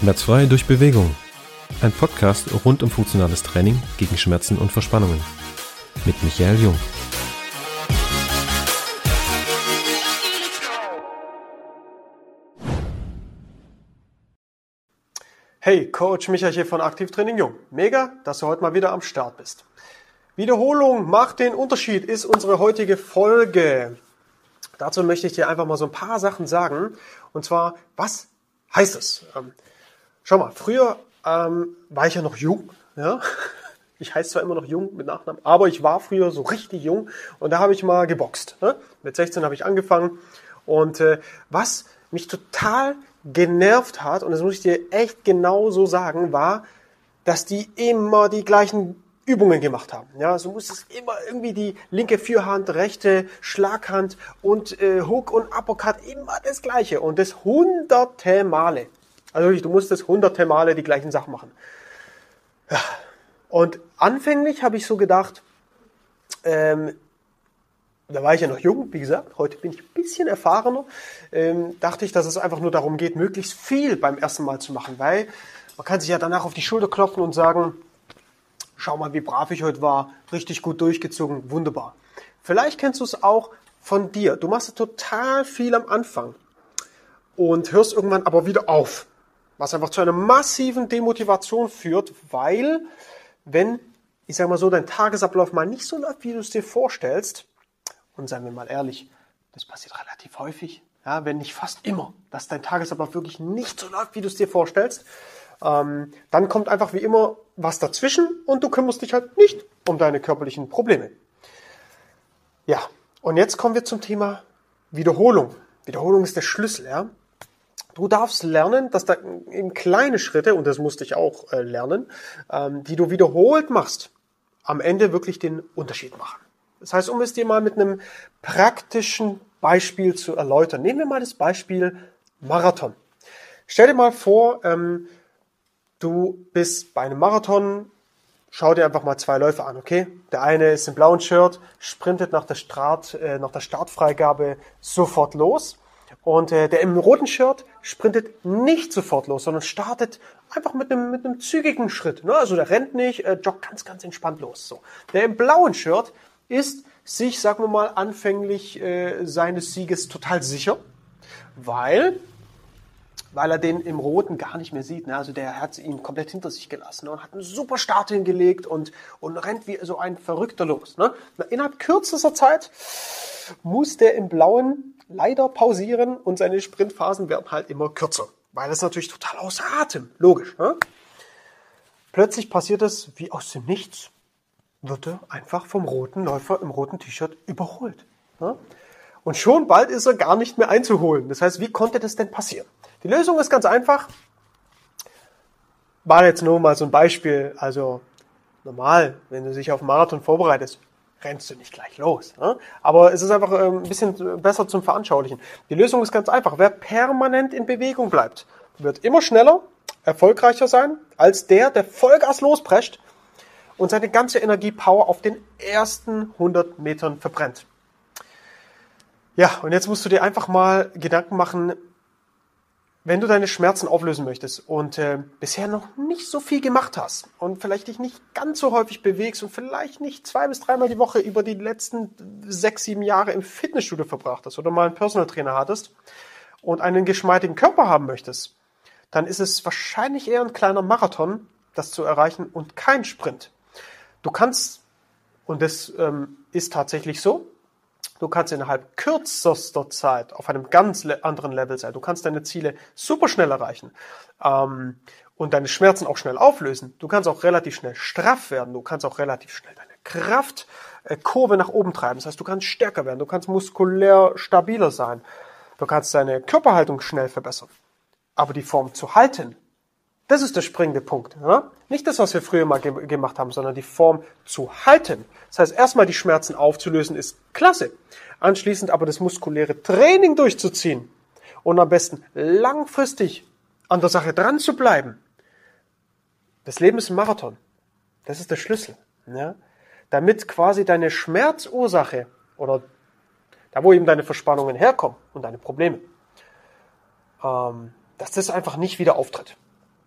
Schmerzfrei durch Bewegung. Ein Podcast rund um funktionales Training gegen Schmerzen und Verspannungen. Mit Michael Jung. Hey, Coach Michael hier von Aktivtraining Jung. Mega, dass du heute mal wieder am Start bist. Wiederholung macht den Unterschied ist unsere heutige Folge. Dazu möchte ich dir einfach mal so ein paar Sachen sagen. Und zwar, was heißt es? Schau mal, früher war ich ja noch jung. Ja? Ich heiße zwar immer noch Jung mit Nachnamen, aber ich war früher so richtig jung. Und da habe ich mal geboxt. Ne? Mit 16 habe ich angefangen. Und was mich total genervt hat, und das muss ich dir echt genau so sagen, war, dass die immer die gleichen Übungen gemacht haben. Ja, so musstest immer irgendwie die linke Vierhand, rechte Schlaghand und Hook und Uppercut, immer das Gleiche. Und das hunderte Male. Also wirklich, du musstest hunderte Male die gleichen Sachen machen. Ja. Und anfänglich habe ich so gedacht, da war ich ja noch jung, wie gesagt, heute bin ich ein bisschen erfahrener, dachte ich, dass es einfach nur darum geht, möglichst viel beim ersten Mal zu machen, weil man kann sich ja danach auf die Schulter klopfen und sagen, schau mal, wie brav ich heute war, richtig gut durchgezogen, wunderbar. Vielleicht kennst du es auch von dir. Du machst total viel am Anfang und hörst irgendwann aber wieder auf, was einfach zu einer massiven Demotivation führt, weil wenn, ich sage mal so, dein Tagesablauf mal nicht so läuft, wie du es dir vorstellst, und seien wir mal ehrlich, das passiert relativ häufig, ja, wenn nicht fast immer, dass dein Tagesablauf wirklich nicht so läuft, wie du es dir vorstellst, dann kommt einfach wie immer was dazwischen und du kümmerst dich halt nicht um deine körperlichen Probleme. Ja, und jetzt kommen wir zum Thema Wiederholung. Wiederholung ist der Schlüssel, ja. Du darfst lernen, dass da eben kleine Schritte, und das musste ich auch lernen, die du wiederholt machst, am Ende wirklich den Unterschied machen. Das heißt, um es dir mal mit einem praktischen Beispiel zu erläutern, nehmen wir mal das Beispiel Marathon. Stell dir mal vor, du bist bei einem Marathon, schau dir einfach mal zwei Läufer an, okay? Der eine ist im blauen Shirt, sprintet nach der Startfreigabe sofort los. Und der im roten Shirt sprintet nicht sofort los, sondern startet einfach mit einem zügigen Schritt. Ne? Also der rennt nicht, joggt ganz entspannt los. So. Der im blauen Shirt ist sich, sagen wir mal, anfänglich seines Sieges total sicher, weil er den im Roten gar nicht mehr sieht. Ne? Also der hat ihn komplett hinter sich gelassen und hat einen super Start hingelegt und rennt wie so ein Verrückter los. Ne? Innerhalb kürzester Zeit muss der im Blauen leider pausieren und seine Sprintphasen werden halt immer kürzer, weil das natürlich total außer Atem, logisch. Ne? Plötzlich passiert es wie aus dem Nichts, wird er einfach vom roten Läufer im roten T-Shirt überholt. Ne? Und schon bald ist er gar nicht mehr einzuholen. Das heißt, wie konnte das denn passieren? Die Lösung ist ganz einfach. War jetzt nur mal so ein Beispiel. Also normal, wenn du dich auf einen Marathon vorbereitest, rennst du nicht gleich los. Ne? Aber es ist einfach ein bisschen besser zum Veranschaulichen. Die Lösung ist ganz einfach. Wer permanent in Bewegung bleibt, wird immer schneller, erfolgreicher sein, als der Vollgas losprescht und seine ganze Energiepower auf den ersten 100 Metern verbrennt. Ja, und jetzt musst du dir einfach mal Gedanken machen, wenn du deine Schmerzen auflösen möchtest und bisher noch nicht so viel gemacht hast und vielleicht dich nicht ganz so häufig bewegst und vielleicht nicht 2 bis 3 Mal die Woche über die letzten 6, 7 Jahre im Fitnessstudio verbracht hast oder mal einen Personal Trainer hattest und einen geschmeidigen Körper haben möchtest, dann ist es wahrscheinlich eher ein kleiner Marathon, das zu erreichen und kein Sprint. Du kannst, und das ist tatsächlich so, du kannst innerhalb kürzester Zeit auf einem ganz anderen Level sein. Du kannst deine Ziele super schnell erreichen und deine Schmerzen auch schnell auflösen. Du kannst auch relativ schnell straff werden. Du kannst auch relativ schnell deine Kraftkurve nach oben treiben. Das heißt, du kannst stärker werden. Du kannst muskulär stabiler sein. Du kannst deine Körperhaltung schnell verbessern. Aber die Form zu halten, das ist der springende Punkt. Ja? Nicht das, was wir früher mal gemacht haben, sondern die Form zu halten. Das heißt, erstmal die Schmerzen aufzulösen ist klasse. Anschließend aber das muskuläre Training durchzuziehen und am besten langfristig an der Sache dran zu bleiben. Das Leben ist ein Marathon. Das ist der Schlüssel. Ja? Damit quasi deine Schmerzursache oder da, wo eben deine Verspannungen herkommen und deine Probleme, dass das einfach nicht wieder auftritt.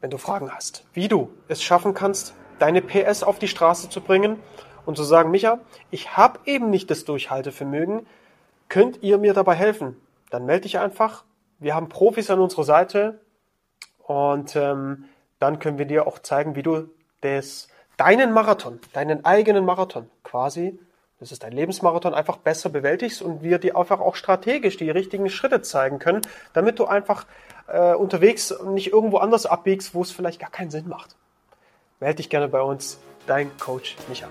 wenn du Fragen hast, wie du es schaffen kannst, deine PS auf die Straße zu bringen und zu sagen, Micha, ich habe eben nicht das Durchhaltevermögen, könnt ihr mir dabei helfen? Dann melde dich einfach. Wir haben Profis an unserer Seite und dann können wir dir auch zeigen, wie du deinen Marathon, deinen eigenen Marathon quasi, das ist dein Lebensmarathon, einfach besser bewältigst und wir dir einfach auch strategisch die richtigen Schritte zeigen können, damit du einfach unterwegs nicht irgendwo anders abbiegst, wo es vielleicht gar keinen Sinn macht. Melde dich gerne bei uns, dein Coach Micha.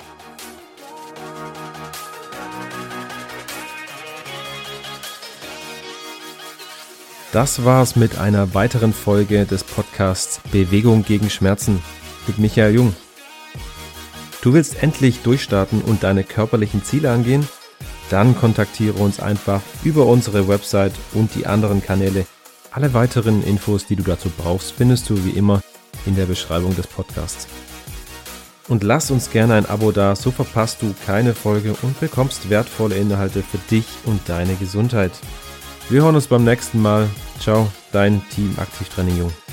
Das war's mit einer weiteren Folge des Podcasts Bewegung gegen Schmerzen mit Michael Jung. Du willst endlich durchstarten und deine körperlichen Ziele angehen? Dann kontaktiere uns einfach über unsere Website und die anderen Kanäle. Alle weiteren Infos, die du dazu brauchst, findest du wie immer in der Beschreibung des Podcasts. Und lass uns gerne ein Abo da, so verpasst du keine Folge und bekommst wertvolle Inhalte für dich und deine Gesundheit. Wir hören uns beim nächsten Mal. Ciao, dein Team Aktivtraining Jung.